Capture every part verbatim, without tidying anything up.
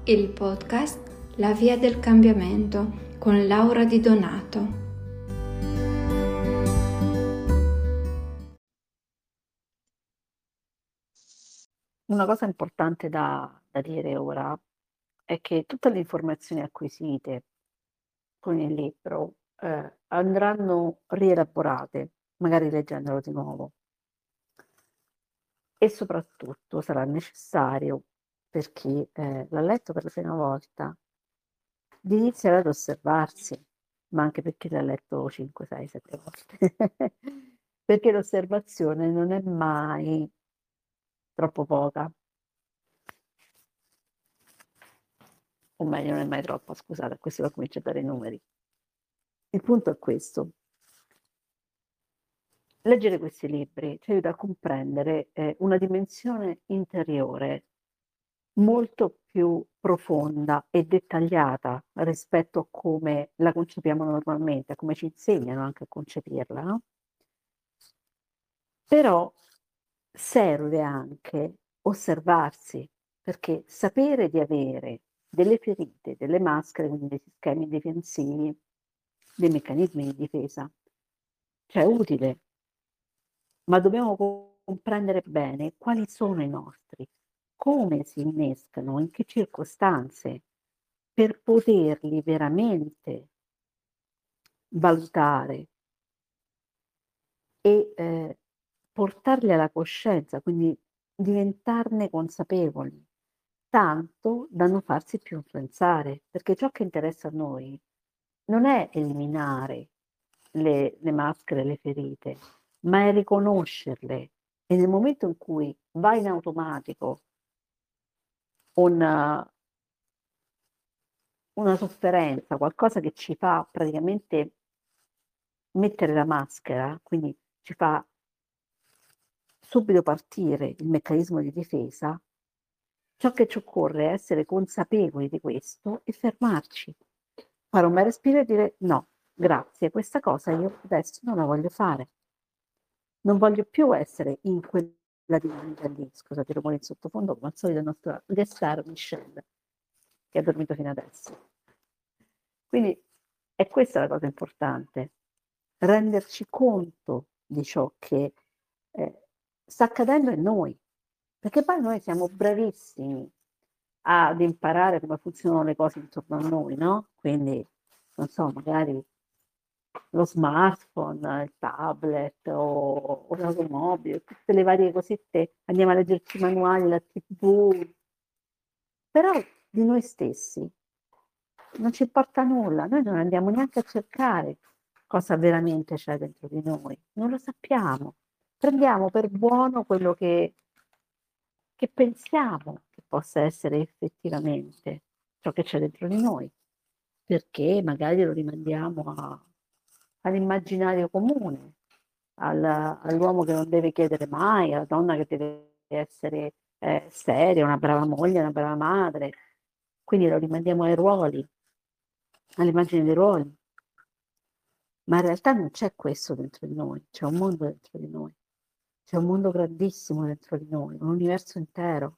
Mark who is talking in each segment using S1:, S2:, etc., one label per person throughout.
S1: il podcast La Via del Cambiamento con Laura Di Donato.
S2: Una cosa importante da, da dire ora è che tutte le informazioni acquisite con il libro eh, andranno rielaborate, magari leggendolo di nuovo, e soprattutto sarà necessario per chi eh, l'ha letto per la prima volta di iniziare ad osservarsi, ma anche per chi l'ha letto cinque, sei, sette volte, perché l'osservazione non è mai troppo poca. O meglio, non è mai troppo, scusate, questo lo comincio a dare i numeri. Il punto è questo. Leggere questi libri ci aiuta a comprendere eh, una dimensione interiore molto più profonda e dettagliata rispetto a come la concepiamo normalmente, a come ci insegnano anche a concepirla, no? Però serve anche osservarsi, perché sapere di avere delle ferite, delle maschere, quindi dei schemi difensivi, dei meccanismi di difesa, cioè è utile, ma dobbiamo co- comprendere bene quali sono i nostri, come si innescano, in che circostanze, per poterli veramente valutare e eh, portarli alla coscienza, quindi diventarne consapevoli, tanto da non farsi più influenzare, perché ciò che interessa a noi non è eliminare le, le maschere, le ferite, ma è riconoscerle. E nel momento in cui va in automatico una, una sofferenza, qualcosa che ci fa praticamente mettere la maschera, quindi ci fa subito partire il meccanismo di difesa, ciò che ci occorre è essere consapevoli di questo e fermarci, fare un bel respiro e dire no, grazie, questa cosa io adesso non la voglio fare. Non voglio più essere in quella dinamica lì. Scusate il rumore in sottofondo, come al solito il nostro guest star Michelle, che ha dormito fino adesso. Quindi è questa la cosa importante, renderci conto di ciò che eh, sta accadendo in noi, perché poi noi siamo bravissimi ad imparare come funzionano le cose intorno a noi, no? Quindi, non so, magari lo smartphone, il tablet o, o l'automobile, tutte le varie cosette, andiamo a leggerci i manuali, la tivù, però di noi stessi non ci importa nulla, noi non andiamo neanche a cercare cosa veramente c'è dentro di noi, non lo sappiamo, prendiamo per buono quello che, che pensiamo che possa essere effettivamente ciò che c'è dentro di noi, perché magari lo rimandiamo a- all'immaginario comune, al- all'uomo che non deve chiedere mai, alla donna che deve essere eh, seria, una brava moglie, una brava madre. Quindi lo rimandiamo ai ruoli, all'immagine dei ruoli. Ma in realtà non c'è questo dentro di noi, c'è un mondo dentro di noi, c'è un mondo grandissimo dentro di noi, un universo intero.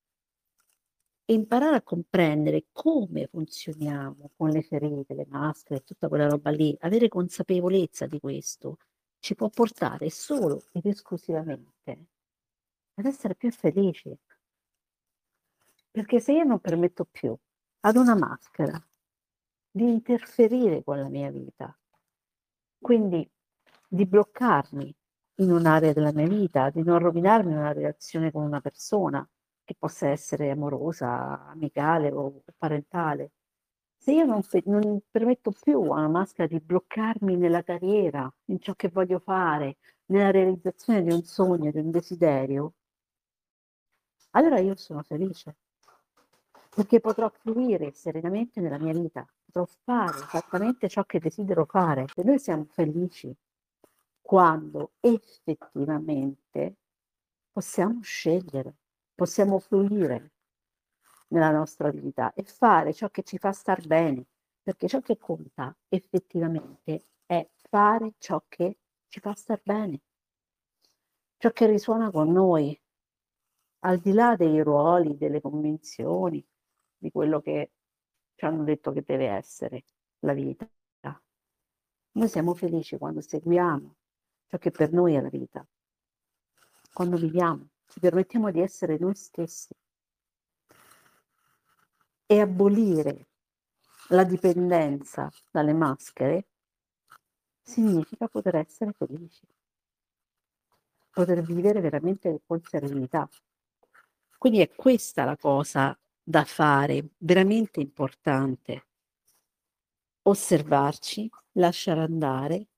S2: E imparare a comprendere come funzioniamo con le ferite, le maschere, tutta quella roba lì, avere consapevolezza di questo, ci può portare solo ed esclusivamente ad essere più felici. Perché se io non permetto più ad una maschera di interferire con la mia vita, quindi di bloccarmi in un'area della mia vita, di non rovinarmi una relazione con una persona che possa essere amorosa, amicale o parentale. Se io non, fe- non permetto più a una maschera di bloccarmi nella carriera, in ciò che voglio fare, nella realizzazione di un sogno, di un desiderio, allora io sono felice, perché potrò fluire serenamente nella mia vita, potrò fare esattamente ciò che desidero fare. Se noi siamo felici quando effettivamente possiamo scegliere, possiamo fluire nella nostra vita e fare ciò che ci fa star bene, perché ciò che conta effettivamente è fare ciò che ci fa star bene, ciò che risuona con noi, al di là dei ruoli, delle convenzioni. di quello che ci hanno detto che deve essere la vita. Noi siamo felici quando seguiamo ciò che per noi è la vita, quando viviamo, ci permettiamo di essere noi stessi e abolire la dipendenza dalle maschere significa poter essere felici, poter vivere veramente con serenità. Quindi è questa la cosa da fare, veramente importante. Osservarci, lasciare andare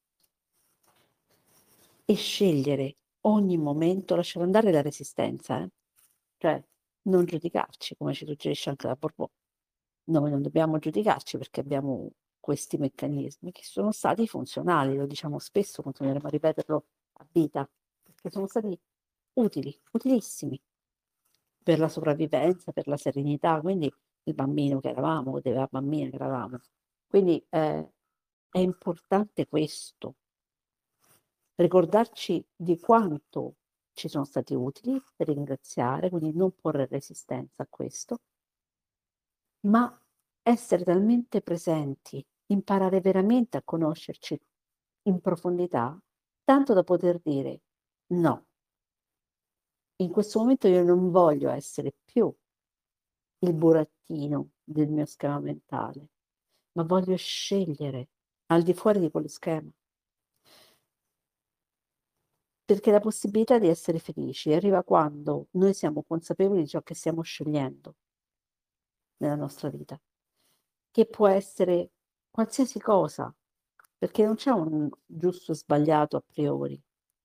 S2: e scegliere ogni momento, lasciare andare la resistenza, eh? Cioè non giudicarci, come ci suggerisce anche la Borbò. Noi non dobbiamo giudicarci perché abbiamo questi meccanismi che sono stati funzionali, lo diciamo spesso, continueremo a ripeterlo a vita, perché sono stati utili, utilissimi per la sopravvivenza, per la serenità, quindi il bambino che eravamo, della bambina che eravamo. Quindi eh, è importante questo, ricordarci di quanto ci sono stati utili, ringraziare, quindi non porre resistenza a questo, ma essere talmente presenti, imparare veramente a conoscerci in profondità, tanto da poter dire no, in questo momento io non voglio essere più il burattino del mio schema mentale, ma voglio scegliere al di fuori di quello schema. Perché la possibilità di essere felici arriva quando noi siamo consapevoli di ciò che stiamo scegliendo nella nostra vita, che può essere qualsiasi cosa, perché non c'è un giusto o sbagliato a priori,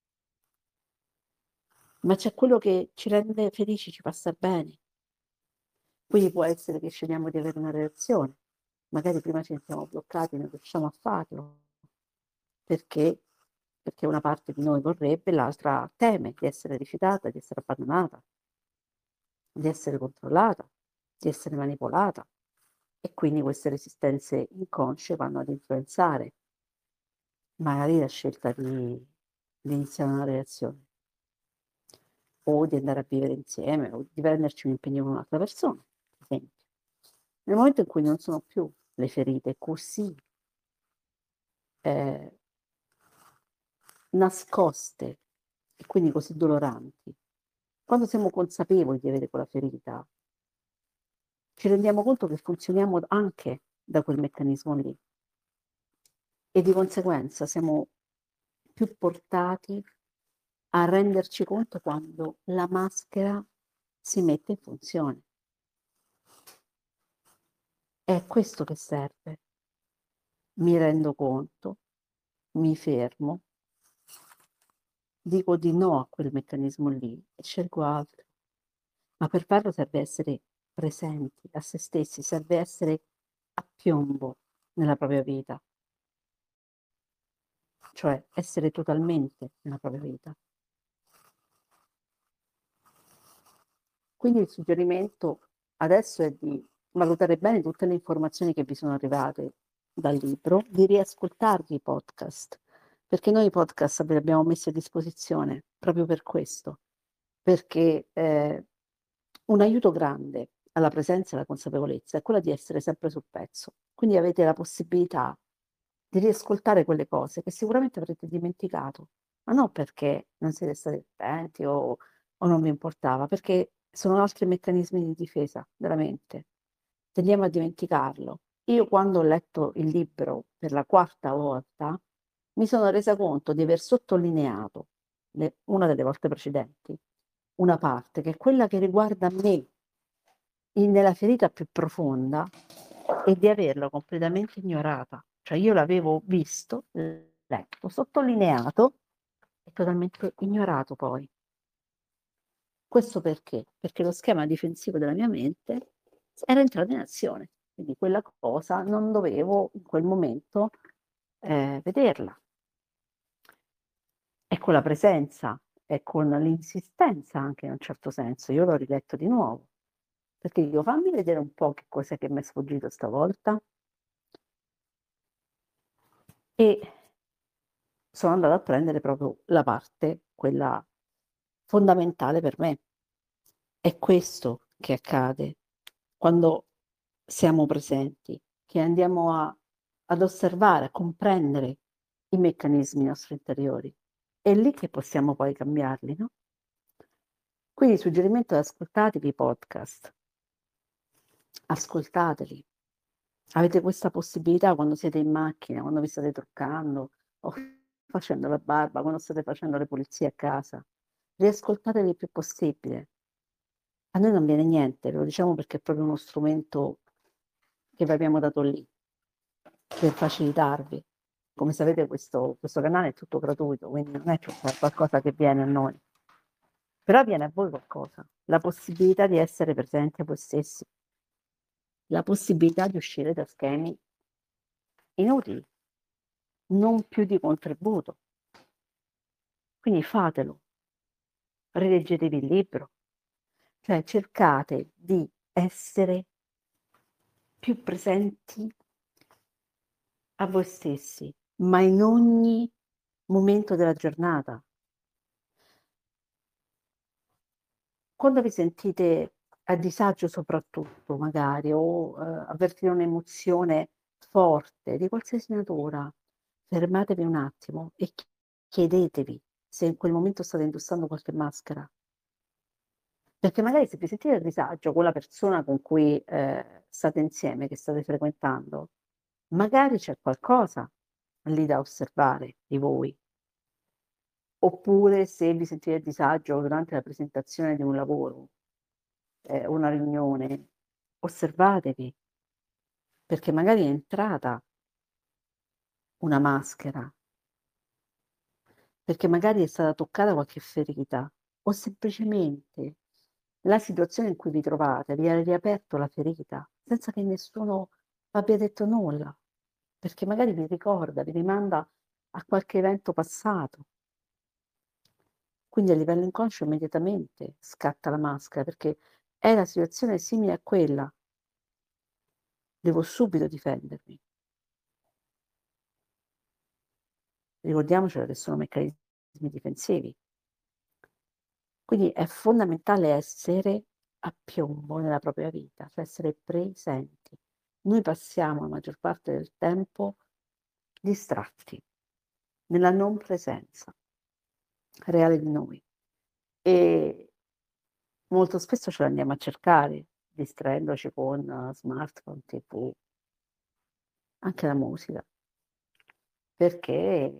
S2: ma c'è quello che ci rende felici, ci fa star bene. Quindi può essere che scegliamo di avere una relazione, magari prima ci siamo bloccati e non riusciamo a farlo, perché, perché una parte di noi vorrebbe, l'altra teme di essere rifiutata, di essere abbandonata, di essere controllata, di essere manipolata. E quindi queste resistenze inconsce vanno ad influenzare magari la scelta di, di iniziare una relazione o di andare a vivere insieme o di prenderci un impegno con un'altra persona, per esempio. Nel momento in cui non sono più le ferite così eh, nascoste e quindi così doloranti, quando siamo consapevoli di avere quella ferita, ci rendiamo conto che funzioniamo anche da quel meccanismo lì e di conseguenza siamo più portati a renderci conto quando la maschera si mette in funzione. È questo che serve. Mi rendo conto, mi fermo, dico di no a quel meccanismo lì e scelgo altro. Ma per farlo serve essere presenti a se stessi, serve essere a piombo nella propria vita, cioè essere totalmente nella propria vita. Quindi il suggerimento adesso è di valutare bene tutte le informazioni che vi sono arrivate dal libro, di riascoltarvi i podcast, perché noi i podcast ve li abbiamo messi a disposizione proprio per questo, perché eh, un aiuto grande alla presenza e alla consapevolezza è quella di essere sempre sul pezzo. Quindi avete la possibilità di riascoltare quelle cose che sicuramente avrete dimenticato, ma non perché non siete stati attenti o, o non vi importava, perché sono altri meccanismi di difesa della mente. Tendiamo a dimenticarlo. Io quando ho letto il libro per la quarta volta mi sono resa conto di aver sottolineato le- una delle volte precedenti una parte che è quella che riguarda me in- nella ferita più profonda e di averla completamente ignorata. Cioè io l'avevo visto, letto, sottolineato e totalmente ignorato poi. Questo perché? Perché lo schema difensivo della mia mente era entrato in azione, quindi quella cosa non dovevo in quel momento eh, vederla. E con la presenza e con l'insistenza anche in un certo senso, io l'ho riletto di nuovo, perché dico fammi vedere un po' che cos'è che mi è sfuggito stavolta. E sono andata a prendere proprio la parte, quella fondamentale per me. È questo che accade quando siamo presenti, che andiamo a ad osservare, a comprendere i meccanismi nostri interiori. È lì che possiamo poi cambiarli, no? Quindi il suggerimento è: ascoltatevi i podcast. Ascoltateli. Avete questa possibilità quando siete in macchina, quando vi state truccando o facendo la barba, quando state facendo le pulizie a casa. Riascoltateli il più possibile. A noi non viene niente, ve lo diciamo perché è proprio uno strumento che vi abbiamo dato lì, per facilitarvi. Come sapete questo questo canale è tutto gratuito, quindi non è che è qualcosa che viene a noi. Però viene a voi qualcosa, la possibilità di essere presenti a voi stessi, la possibilità di uscire da schemi inutili, non più di contributo. Quindi fatelo, rileggetevi il libro, cioè cercate di essere più presenti a voi stessi, ma in ogni momento della giornata. Quando vi sentite a disagio soprattutto magari o, ehm, avvertire un'emozione forte di qualsiasi natura, fermatevi un attimo e ch chiedetevi se in quel momento state indossando qualche maschera. Perché magari se vi sentite a disagio con la persona con cui, ehm, state insieme, che state frequentando, magari c'è qualcosa lì da osservare di voi. Oppure se vi sentite a disagio durante la presentazione di un lavoro, ehm, una riunione, osservatevi, perché magari è entrata una maschera, perché magari è stata toccata qualche ferita o semplicemente la situazione in cui vi trovate vi ha riaperto la ferita, senza che nessuno abbia detto nulla, perché magari vi ricorda, vi rimanda a qualche evento passato. Quindi a livello inconscio immediatamente scatta la maschera, perché è la situazione simile a quella. Devo subito difendermi. Ricordiamocelo che sono meccanismi difensivi. Quindi è fondamentale essere a piombo nella propria vita, cioè essere presenti. Noi passiamo la maggior parte del tempo distratti, nella non presenza reale di noi e molto spesso ce la andiamo a cercare distraendoci con smartphone, T V, anche la musica, perché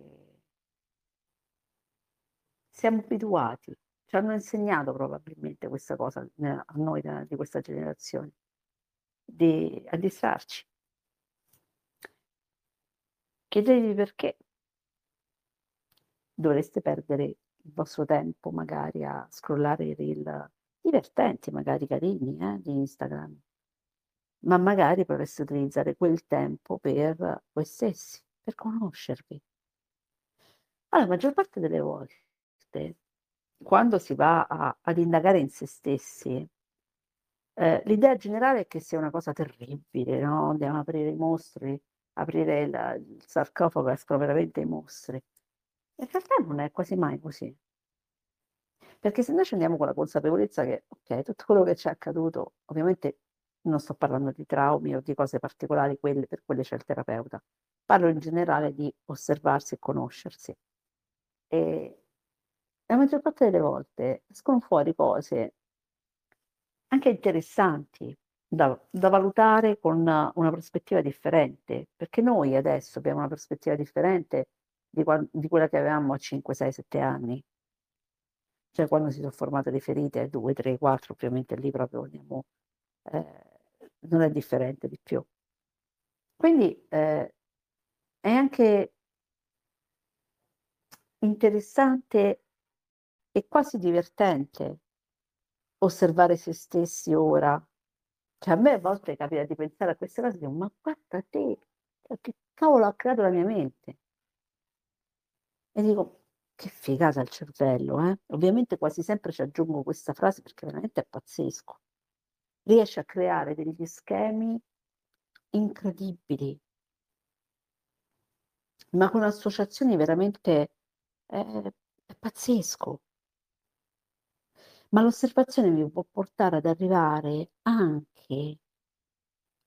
S2: siamo abituati, ci hanno insegnato probabilmente questa cosa ne a noi de di questa generazione, di a distrarci. Chiedetevi perché dovreste perdere il vostro tempo magari a scrollare i reel divertenti, magari carini, eh, di Instagram, ma magari potreste utilizzare quel tempo per voi stessi, per conoscervi. Allora, la maggior parte delle volte, quando si va a ad indagare in se stessi, ehm, l'idea generale è che sia una cosa terribile, no, andiamo ad aprire i mostri, aprire il il sarcofago, escono veramente i mostri. In realtà non è quasi mai così, perché se noi ci andiamo con la consapevolezza che, okay, tutto quello che ci è accaduto ovviamente non sto parlando di traumi o di cose particolari, quelle per quelle c'è il terapeuta. Parlo in generale di osservarsi e conoscersi. Ehm, la maggior parte delle volte escono fuori cose anche interessanti da da valutare con una prospettiva differente, perché noi adesso abbiamo una prospettiva differente di quan di quella che avevamo a cinque, sei, sette anni. Cioè quando si son formate le ferite a due, tre, quattro, ovviamente lì proprio andiamo ehm, non è differente di più. Quindi, ehm, è anche interessante e quasi divertente osservare se stessi ora. Cioè a me a volte capita di pensare a queste cose e dico: "Ma guarda te, cioè che cavolo ha creato la mia mente?" E dico: "Che figata il cervello, eh." Ovviamente quasi sempre ci aggiungo questa frase perché veramente è pazzesco. Riesce a creare degli schemi incredibili, ma con associazioni veramente è è pazzesco. Ma l'osservazione mi può portare ad arrivare anche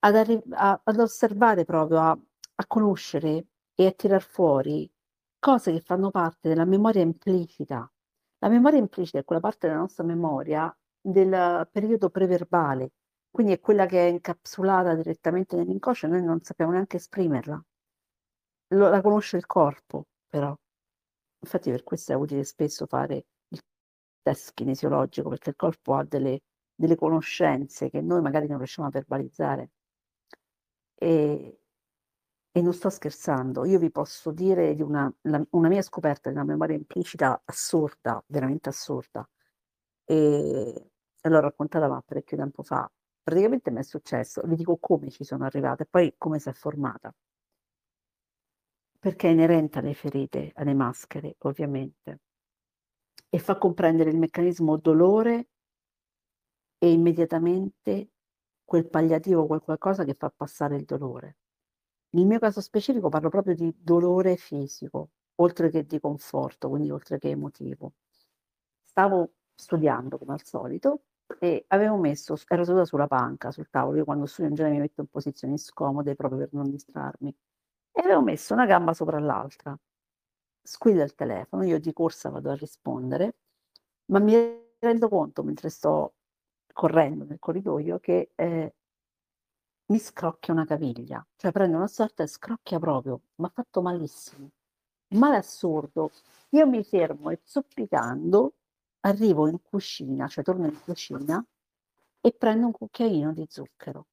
S2: ad, arri- a- ad osservare proprio, a, a conoscere e a tirar fuori cose che fanno parte della memoria implicita. La memoria implicita è quella parte della nostra memoria del periodo preverbale, quindi è quella che è incapsulata direttamente nell'inconscio e noi non sappiamo neanche esprimerla. Lo- la conosce il corpo, però. Infatti per questo è utile spesso fare il test kinesiologico, perché il corpo ha delle, delle conoscenze che noi magari non riusciamo a verbalizzare. E, e non sto scherzando, io vi posso dire di una, la- una mia scoperta di una memoria implicita assurda, veramente assurda. E, e l'ho raccontata ma parecchio tempo fa. Praticamente mi è successo, vi dico come ci sono arrivata e poi come si è formata, perché è inerente alle ferite, alle maschere, ovviamente, e fa comprendere il meccanismo dolore e immediatamente quel palliativo, quel qualcosa che fa passare il dolore. Nel mio caso specifico parlo proprio di dolore fisico, oltre che di conforto, quindi oltre che emotivo. Stavo studiando come al solito e avevo messo, ero seduta sulla panca, sul tavolo, io quando studio in genere mi metto in posizioni scomode proprio per non distrarmi, e avevo messo una gamba sopra l'altra. Squilla il telefono, io di corsa vado a rispondere, ma mi rendo conto mentre sto correndo nel corridoio che eh, mi scrocchia una caviglia, cioè prende una sorta e scrocchia proprio, mi ha fatto malissimo, male assurdo. Io mi fermo e zoppicando arrivo in cucina, cioè torno in cucina e prendo un cucchiaino di zucchero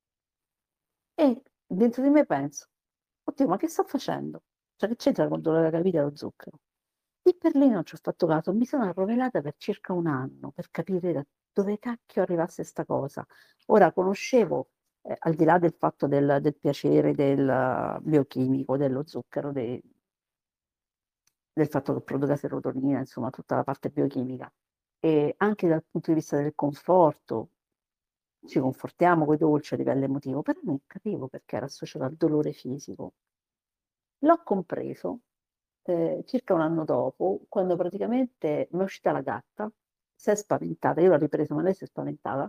S2: e dentro di me penso, oddio, ma che sto facendo? Cioè che c'entra con il dolore della caviglia lo zucchero? Lì per lì non ci ho fatto caso, mi sono arrovelata per circa un anno per capire da dove cacchio arrivasse sta cosa. Ora conoscevo, eh, al di là del fatto del, del piacere del eh, biochimico, dello zucchero, de- del fatto che produca serotonina, insomma tutta la parte biochimica, e anche dal punto di vista del conforto, ci confortiamo con i dolci a livello emotivo, però non capivo perché era associato al dolore fisico. L'ho compreso eh, circa un anno dopo, quando praticamente mi è uscita la gatta, si è spaventata, io l'ho ripresa, ma lei si è spaventata,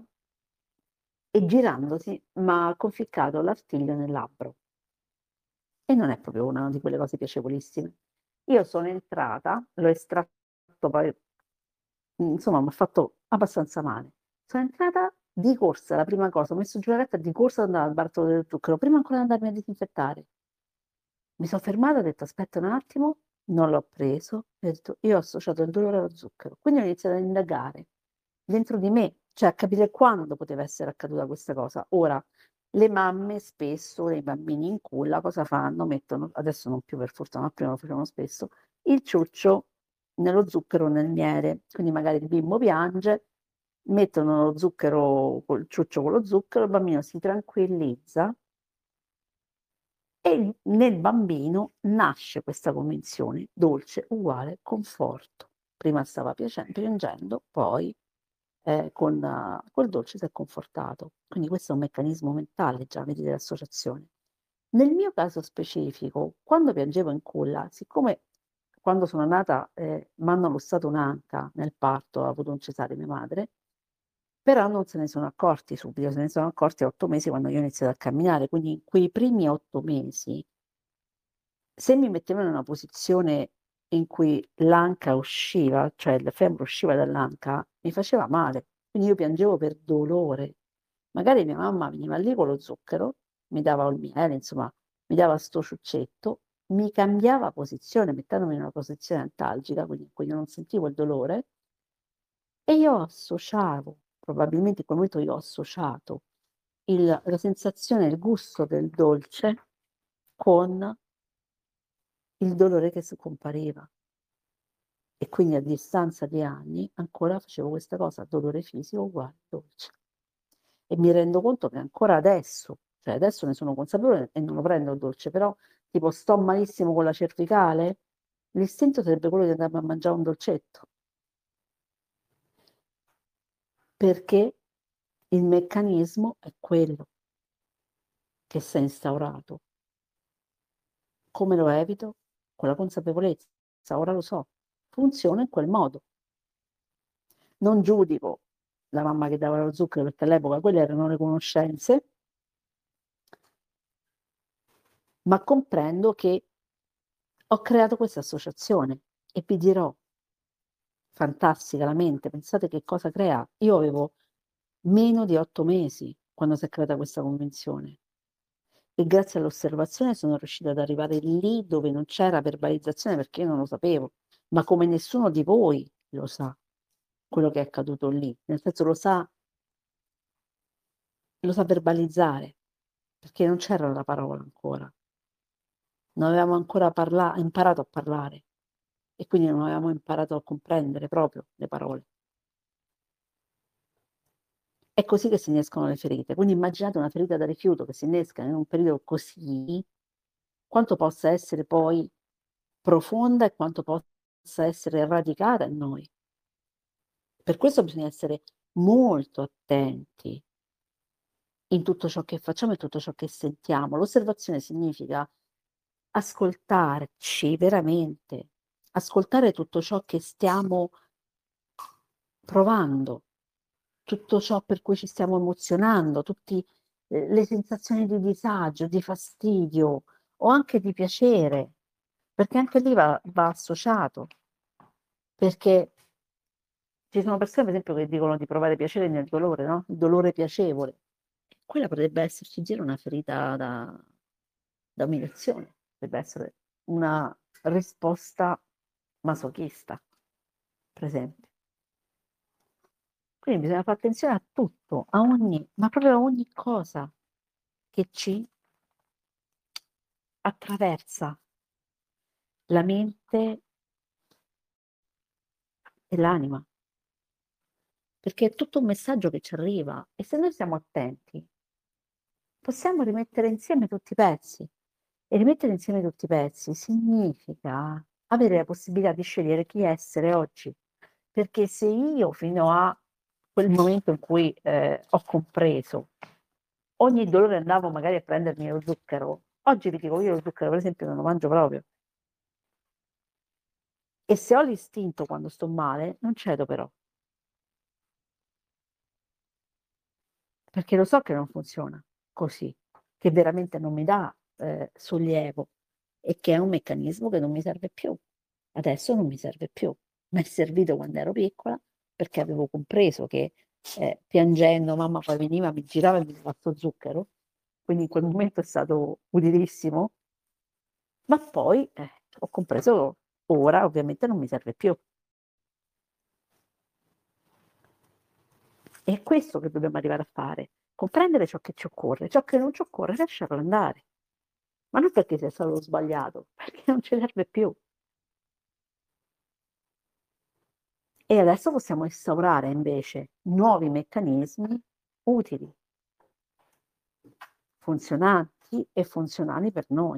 S2: e girandosi mi ha conficcato l'artiglio nel labbro. E non è proprio una di quelle cose piacevolissime. Io sono entrata, l'ho estratto poi, insomma, mi ha fatto abbastanza male. Sono entrata di corsa, la prima cosa, ho messo giù la gatta di corsa ad andare al barattolo del zucchero, prima ancora di andarmi a disinfettare. Mi sono fermata, ho detto aspetta un attimo, non l'ho preso, ho detto io ho associato il dolore allo zucchero, quindi ho iniziato ad indagare dentro di me, cioè a capire quando poteva essere accaduta questa cosa. Ora, le mamme spesso, i bambini in culla, cosa fanno? Mettono, adesso non più per fortuna, ma prima lo facevano spesso, il ciuccio nello zucchero o nel miele, quindi magari il bimbo piange, mettono lo zucchero, il ciuccio con lo zucchero, il bambino si tranquillizza e nel bambino nasce questa convinzione, dolce uguale conforto. Prima stava piace- piangendo, poi eh, con eh, col dolce si è confortato. Quindi questo è un meccanismo mentale, già vedi dell'associazione. Nel mio caso specifico, quando piangevo in culla, siccome quando sono nata eh, mi hanno lussato un'anca nel parto, ha avuto un cesare mia madre, però non se ne sono accorti subito, se ne sono accorti a otto mesi quando io ho iniziato a camminare, quindi in quei primi otto mesi se mi mettevano in una posizione in cui l'anca usciva, cioè il femmine usciva dall'anca, mi faceva male, quindi io piangevo per dolore. Magari mia mamma veniva lì con lo zucchero, mi dava il miele, insomma, mi dava sto ciuccetto, mi cambiava posizione, mettendomi in una posizione antalgica, quindi in cui io non sentivo il dolore, e io associavo, probabilmente in quel momento io ho associato il- la sensazione, il gusto del dolce con il dolore che scompariva. E quindi a distanza di anni ancora facevo questa cosa, dolore fisico uguale dolce. E mi rendo conto che ancora adesso, cioè adesso ne sono consapevole e non lo prendo il dolce, però tipo sto malissimo con la cervicale, l'istinto sarebbe quello di andarmi a mangiare un dolcetto, perché il meccanismo è quello che si è instaurato. Come lo evito? Con la consapevolezza, ora lo so, funziona in quel modo. Non giudico la mamma che dava lo zucchero perché all'epoca quelle erano le conoscenze, ma comprendo che ho creato questa associazione e vi dirò, fantastica la mente, pensate che cosa crea. Io avevo meno di otto mesi quando si è creata questa convenzione e grazie all'osservazione sono riuscita ad arrivare lì dove non c'era verbalizzazione perché io non lo sapevo, ma come nessuno di voi lo sa quello che è accaduto lì, nel senso lo sa, lo sa verbalizzare, perché non c'era la parola ancora, non avevamo ancora parla- imparato a parlare e quindi non avevamo imparato a comprendere proprio le parole. È così che si innescono le ferite. Quindi immaginate una ferita da rifiuto che si innesca in un periodo così, quanto possa essere poi profonda e quanto possa essere radicata in noi. Per questo bisogna essere molto attenti in tutto ciò che facciamo e tutto ciò che sentiamo. L'osservazione significa ascoltarci veramente, ascoltare tutto ciò che stiamo provando, tutto ciò per cui ci stiamo emozionando, tutte le sensazioni di disagio, di fastidio o anche di piacere, perché anche lì va, va associato, perché ci sono persone, per esempio, che dicono di provare piacere nel dolore, no? Il dolore piacevole. Quella potrebbe esserci in giro una ferita da, da umiliazione, potrebbe essere una risposta masochista, per esempio. Quindi bisogna fare attenzione a tutto, a ogni, ma proprio a ogni cosa che ci attraversa la mente e l'anima, perché è tutto un messaggio che ci arriva e se noi siamo attenti possiamo rimettere insieme tutti i pezzi. E rimettere insieme tutti i pezzi significa avere la possibilità di scegliere chi essere oggi. Perché se io fino a quel momento in cui eh, ho compreso, ogni dolore andavo magari a prendermi lo zucchero, oggi vi dico io lo zucchero per esempio non lo mangio proprio. E se ho l'istinto quando sto male, non cedo però, perché lo so che non funziona così, che veramente non mi dà eh, sollievo e che è un meccanismo che non mi serve più. Adesso non mi serve più. Mi è servito quando ero piccola perché avevo compreso che eh, piangendo mamma poi veniva, mi girava e mi dava sto zucchero, quindi in quel momento è stato utilissimo, ma poi eh, ho compreso ora ovviamente non mi serve più. E è questo che dobbiamo arrivare a fare, comprendere ciò che ci occorre, ciò che non ci occorre lasciarlo andare, ma non perché sia stato sbagliato, perché non ci serve più. E adesso possiamo instaurare invece nuovi meccanismi utili, funzionanti e funzionali per noi,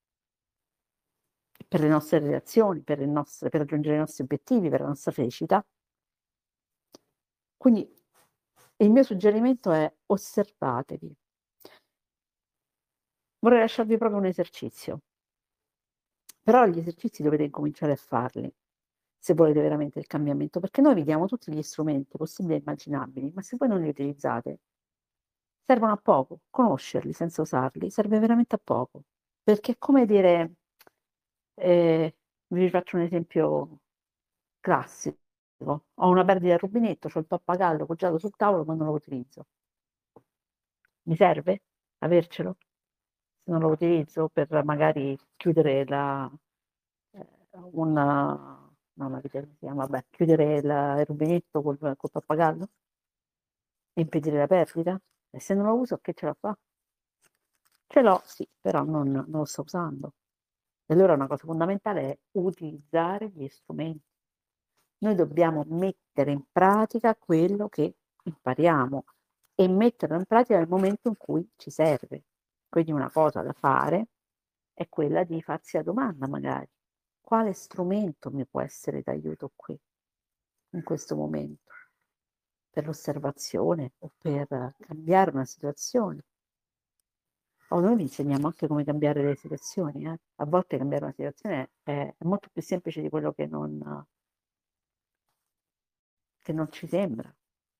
S2: per le nostre relazioni, per, le nostre, per raggiungere i nostri obiettivi, per la nostra felicità. Quindi il mio suggerimento è osservatevi. Vorrei lasciarvi proprio un esercizio, però gli esercizi dovete incominciare a farli se volete veramente il cambiamento, perché noi vi diamo tutti gli strumenti possibili e immaginabili, ma se voi non li utilizzate, servono a poco. Conoscerli senza usarli serve veramente a poco, perché è come dire, eh, vi faccio un esempio classico, ho una perdita al rubinetto, ho il pappagallo appoggiato sul tavolo, ma non lo utilizzo. Mi serve avercelo? Se non lo utilizzo per magari chiudere la, eh, una, no, una vite- si chiama, vabbè, chiudere la- il rubinetto col, col pappagallo? Impedire la perdita? E se non lo uso, che ce la fa? Ce l'ho, sì, però non, non lo sto usando. E allora una cosa fondamentale è utilizzare gli strumenti. Noi dobbiamo mettere in pratica quello che impariamo e metterlo in pratica nel momento in cui ci serve. Quindi una cosa da fare è quella di farsi la domanda magari, quale strumento mi può essere d'aiuto qui, in questo momento, per l'osservazione o per cambiare una situazione. O noi vi insegniamo anche come cambiare le situazioni, eh. A volte cambiare una situazione è, è molto più semplice di quello che non, che non ci sembra,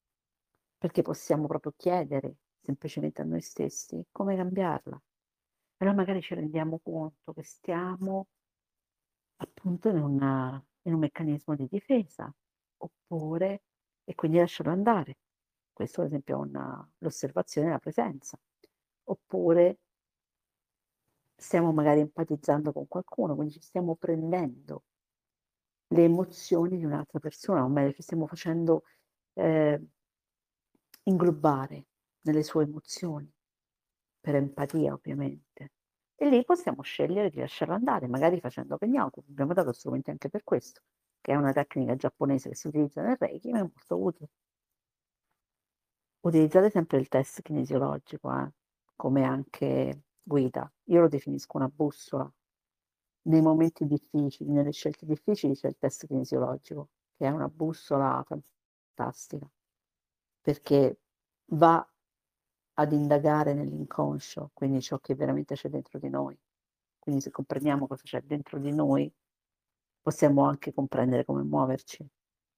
S2: perché possiamo proprio chiedere semplicemente a noi stessi come cambiarla. però magari ci rendiamo conto che stiamo appunto in una in un meccanismo di difesa, oppure e quindi lasciarlo andare. Questo ad esempio è una l'osservazione della presenza. Oppure stiamo magari empatizzando con qualcuno, quindi ci stiamo prendendo le emozioni di un'altra persona, o meglio ci stiamo facendo, ehm, inglobare nelle sue emozioni, per empatia ovviamente. E lì possiamo scegliere di lasciarlo andare, magari facendo Penyaku, abbiamo dato strumenti anche per questo, che è una tecnica giapponese che si utilizza nel Reiki, ma è molto utile. Utilizzate sempre il test kinesiologico, eh, come anche guida. Io lo definisco una bussola. Nei momenti difficili, nelle scelte difficili c'è il test kinesiologico, che è una bussola fantastica, perché va ad indagare nell'inconscio, quindi ciò che veramente c'è dentro di noi. Quindi se comprendiamo cosa c'è dentro di noi, possiamo anche comprendere come muoverci.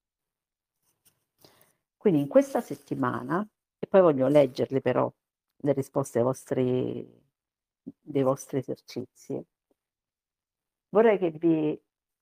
S2: Quindi in questa settimana, e poi voglio leggerle però le risposte ai vostri, dei vostri esercizi, vorrei che vi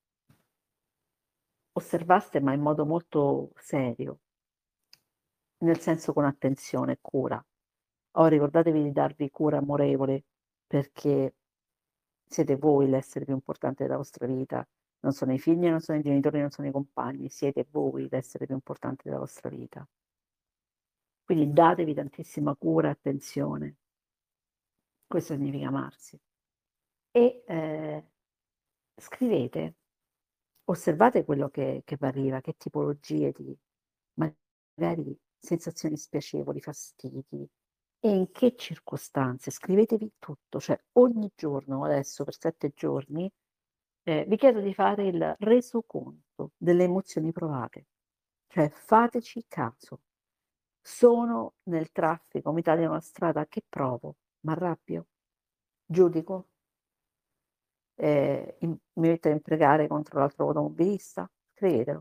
S2: osservaste, ma in modo molto serio, nel senso con attenzione e cura. Oh, ricordatevi di darvi cura amorevole, perché siete voi l'essere più importante della vostra vita. Non sono i figli, non sono i genitori, non sono i compagni, siete voi l'essere più importante della vostra vita. Quindi datevi tantissima cura e attenzione. Questo significa amarsi. E eh, scrivete, osservate quello che, che vi arriva, che tipologie di magari sensazioni spiacevoli, fastidi, e in che circostanze. Scrivetevi tutto, cioè ogni giorno, adesso per sette giorni, eh, vi chiedo di fare il resoconto delle emozioni provate, cioè fateci caso. Sono nel traffico, mi tagliano la strada, che provo? M'arrabbio? Giudico? Eh, in- mi metto a imprecare contro l'altro automobilista? Scrivetelo.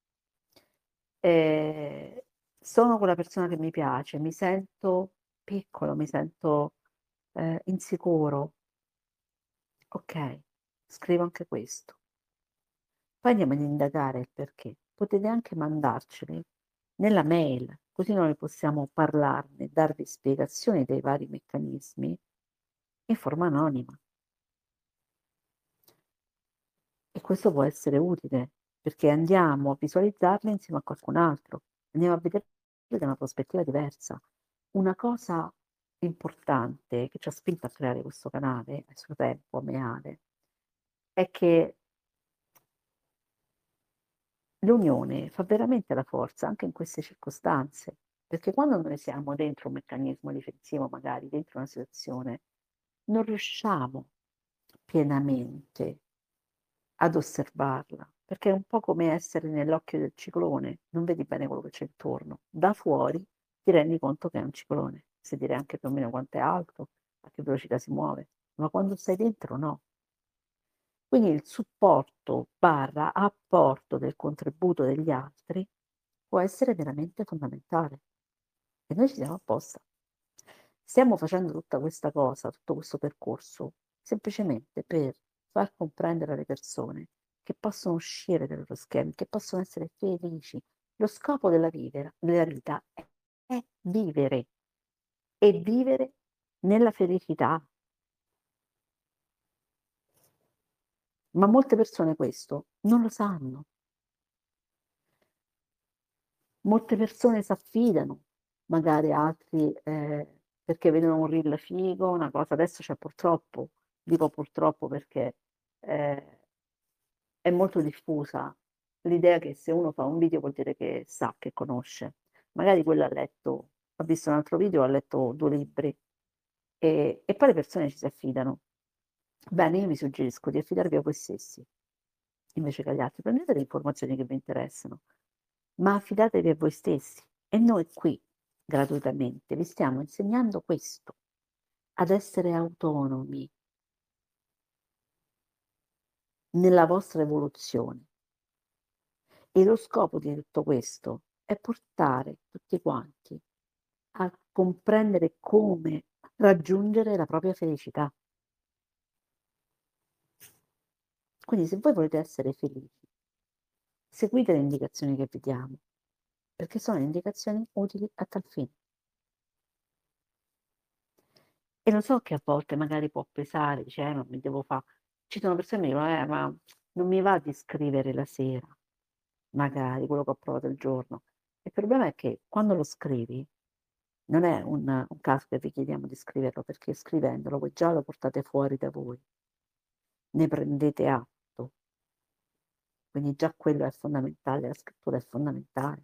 S2: Eh, sono quella persona che mi piace, mi sento piccolo, mi sento eh, insicuro. Ok, scrivo anche questo. Poi andiamo ad indagare il perché. Potete anche mandarceli nella mail, così noi possiamo parlarne, darvi spiegazioni dei vari meccanismi in forma anonima. E questo può essere utile perché andiamo a visualizzarle insieme a qualcun altro, andiamo a vedere da una prospettiva diversa. Una cosa importante che ci ha spinto a creare questo canale a suo tempo, Meale, è che l'unione fa veramente la forza anche in queste circostanze, perché quando noi siamo dentro un meccanismo difensivo, magari dentro una situazione, non riusciamo pienamente ad osservarla, perché è un po' come essere nell'occhio del ciclone, non vedi bene quello che c'è intorno. Da fuori ti rendi conto che è un ciclone, sai dire anche più o meno quanto è alto, a che velocità si muove, ma quando stai dentro no. Quindi il supporto barra apporto del contributo degli altri può essere veramente fondamentale e noi ci siamo apposta. Stiamo facendo tutta questa cosa, tutto questo percorso, semplicemente per far comprendere alle persone che possono uscire dai loro schemi, che possono essere felici. Lo scopo della, vivere- della vita è, è vivere e vivere nella felicità. Ma molte persone questo non lo sanno. Molte persone s'affidano, magari altri eh, perché vedono un reel figo, una cosa. Adesso c'è purtroppo, dico purtroppo perché eh, è molto diffusa l'idea che se uno fa un video vuol dire che sa, che conosce. Magari quello ha letto, ha visto un altro video, ha letto due libri e, e poi le persone ci si affidano. Bene, io vi suggerisco di affidarvi a voi stessi invece che agli altri. Prendete le informazioni che vi interessano, ma affidatevi a voi stessi. E noi qui, gratuitamente, vi stiamo insegnando questo, ad essere autonomi nella vostra evoluzione. E lo scopo di tutto questo è portare tutti quanti a comprendere come raggiungere la propria felicità. Quindi se voi volete essere felici, seguite le indicazioni che vi diamo, perché sono indicazioni utili a tal fine. E lo so che a volte magari può pesare, dice, eh, ma mi devo fa'. Ci sono persone che dicono, eh, ma non mi va di scrivere la sera, magari quello che ho provato il giorno. Il problema è che quando lo scrivi, non è un, un caso che vi chiediamo di scriverlo, perché scrivendolo voi già lo portate fuori da voi, ne prendete atto. Quindi già quello è fondamentale, la scrittura è fondamentale.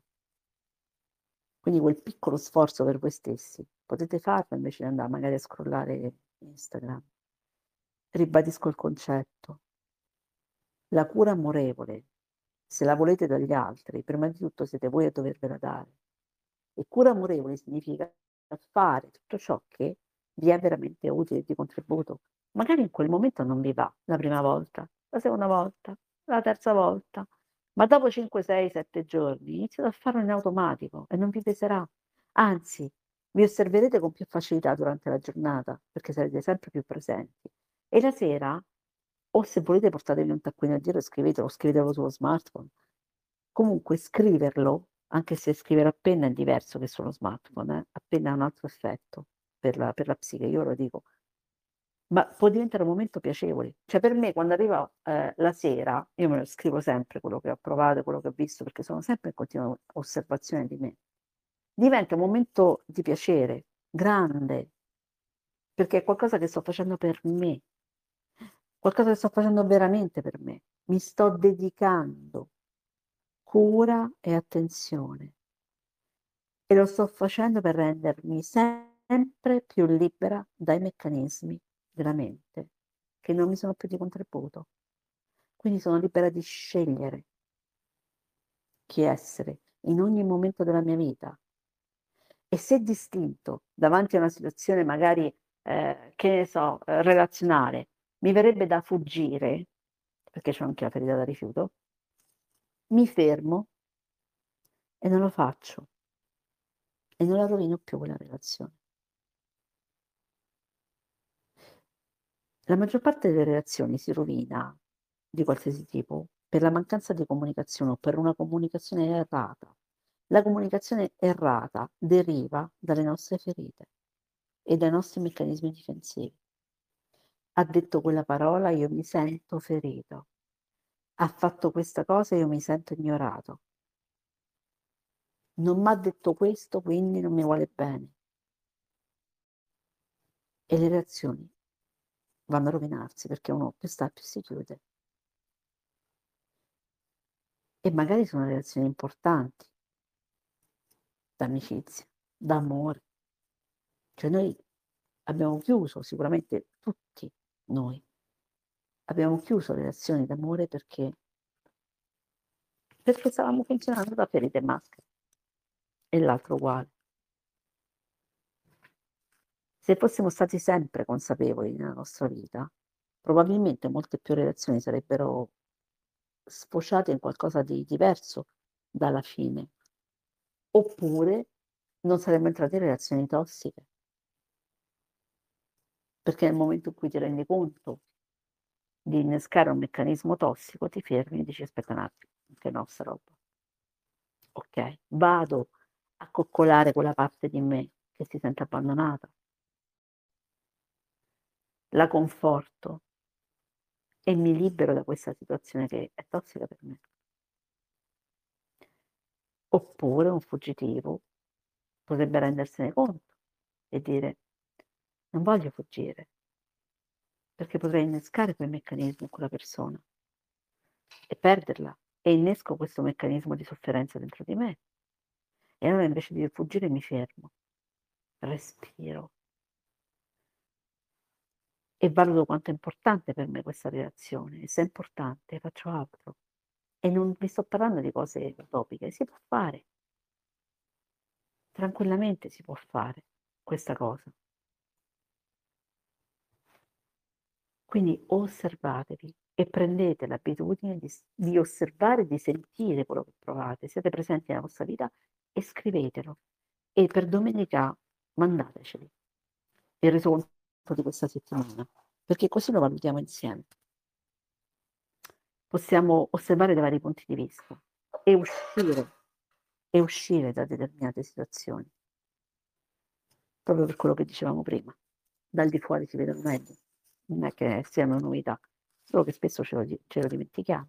S2: Quindi quel piccolo sforzo per voi stessi potete farlo invece di andare magari a scrollare Instagram. Ribadisco il concetto. La cura amorevole, se la volete dagli altri, prima di tutto siete voi a dovervela dare. E cura amorevole significa fare tutto ciò che vi è veramente utile e di contributo. Magari in quel momento non vi va la prima volta, la seconda volta, la terza volta, ma dopo cinque, sei, sette giorni iniziate a farlo in automatico e non vi peserà. Anzi, vi osserverete con più facilità durante la giornata perché sarete sempre più presenti. E la sera, o se volete portatevi un taccuino a dietro e scrivetelo, scrivetelo sullo smartphone. Comunque scriverlo, anche se scrivere a penna è diverso che sullo smartphone, eh? A penna ha un altro effetto per la, per la psiche, io lo dico, ma può diventare un momento piacevole. Cioè per me quando arriva eh, la sera, io me lo scrivo sempre quello che ho provato, quello che ho visto, perché sono sempre in continua osservazione di me. Diventa un momento di piacere, grande, perché è qualcosa che sto facendo per me, qualcosa che sto facendo veramente per me. Mi sto dedicando cura e attenzione e lo sto facendo per rendermi sempre più libera dai meccanismi della mente che non mi sono più di contributo. Quindi sono libera di scegliere chi essere in ogni momento della mia vita. E se distinto davanti a una situazione magari, eh, che ne so, eh, relazionale, mi verrebbe da fuggire, perché c'ho anche la ferita da rifiuto, mi fermo e non lo faccio e non la rovino più quella relazione. La maggior parte delle relazioni si rovina, di qualsiasi tipo, per la mancanza di comunicazione o per una comunicazione errata. La comunicazione errata deriva dalle nostre ferite e dai nostri meccanismi difensivi. Ha detto quella parola, io mi sento ferito. Ha fatto questa cosa, io mi sento ignorato. Non mi ha detto questo, quindi non mi vuole bene. E le relazioni vanno a rovinarsi perché uno più sta più si chiude. E magari sono relazioni importanti, d'amicizia, d'amore. Cioè noi abbiamo chiuso, sicuramente tutti noi, abbiamo chiuso relazioni d'amore perché, perché stavamo funzionando da ferite e maschere. E l'altro uguale. Se fossimo stati sempre consapevoli nella nostra vita, probabilmente molte più relazioni sarebbero sfociate in qualcosa di diverso dalla fine. Oppure non saremmo entrati in relazioni tossiche. Perché nel momento in cui ti rendi conto di innescare un meccanismo tossico, ti fermi e dici aspetta un attimo, che no sta roba. Ok, vado a coccolare quella parte di me che si sente abbandonata, la conforto e mi libero da questa situazione che è tossica per me. Oppure un fuggitivo potrebbe rendersene conto e dire non voglio fuggire, perché potrei innescare quel meccanismo in quella persona e perderla e innesco questo meccanismo di sofferenza dentro di me. E allora invece di fuggire mi fermo, respiro e valuto quanto è importante per me questa relazione. E se è importante faccio altro. E non vi sto parlando di cose utopiche, si può fare, tranquillamente si può fare questa cosa. Quindi osservatevi e prendete l'abitudine di, di osservare e di sentire quello che provate, siete presenti nella vostra vita e scrivetelo. E per domenica mandateceli il resoconto di questa settimana, perché così lo valutiamo insieme. possiamo osservare da vari punti di vista e uscire, e uscire da determinate situazioni. Proprio per quello che dicevamo prima, dal di fuori si vedono meglio, non è che sia una novità, solo che spesso ce lo, di- ce lo dimentichiamo.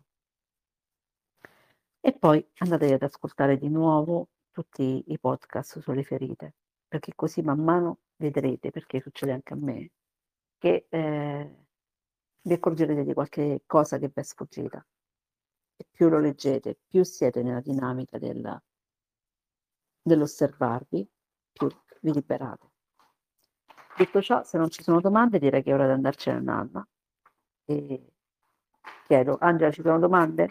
S2: E poi andatevi ad ascoltare di nuovo tutti i podcast sulle ferite, perché così man mano vedrete, perché succede anche a me, che eh, vi accorgerete di qualche cosa che vi è sfuggita. E più lo leggete, più siete nella dinamica del- dell'osservarvi, più vi liberate. Detto ciò, se non ci sono domande, direi che è ora di andarcene a nanna. E chiedo, Angela, ci sono domande?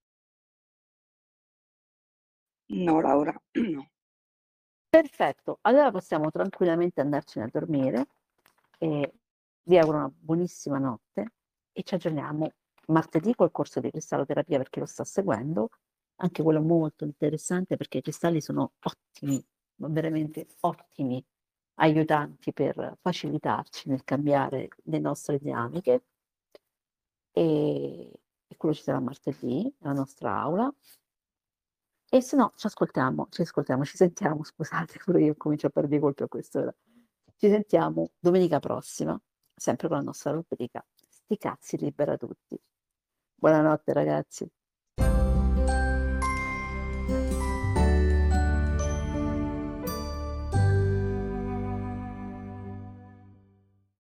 S3: No, Laura, no.
S2: Perfetto, allora possiamo tranquillamente andarcene a dormire e vi auguro una buonissima notte e ci aggiorniamo martedì col corso di cristalloterapia per chi lo sta seguendo, anche quello molto interessante perché i cristalli sono ottimi, ma veramente ottimi aiutanti per facilitarci nel cambiare le nostre dinamiche e, e quello ci sarà martedì nella nostra aula. E se no, ci ascoltiamo, ci ascoltiamo, ci sentiamo, scusate, pure io comincio a perdere i colpi a quest'ora. Ci sentiamo domenica prossima, sempre con la nostra rubrica Sti cazzi libera tutti. Buonanotte ragazzi.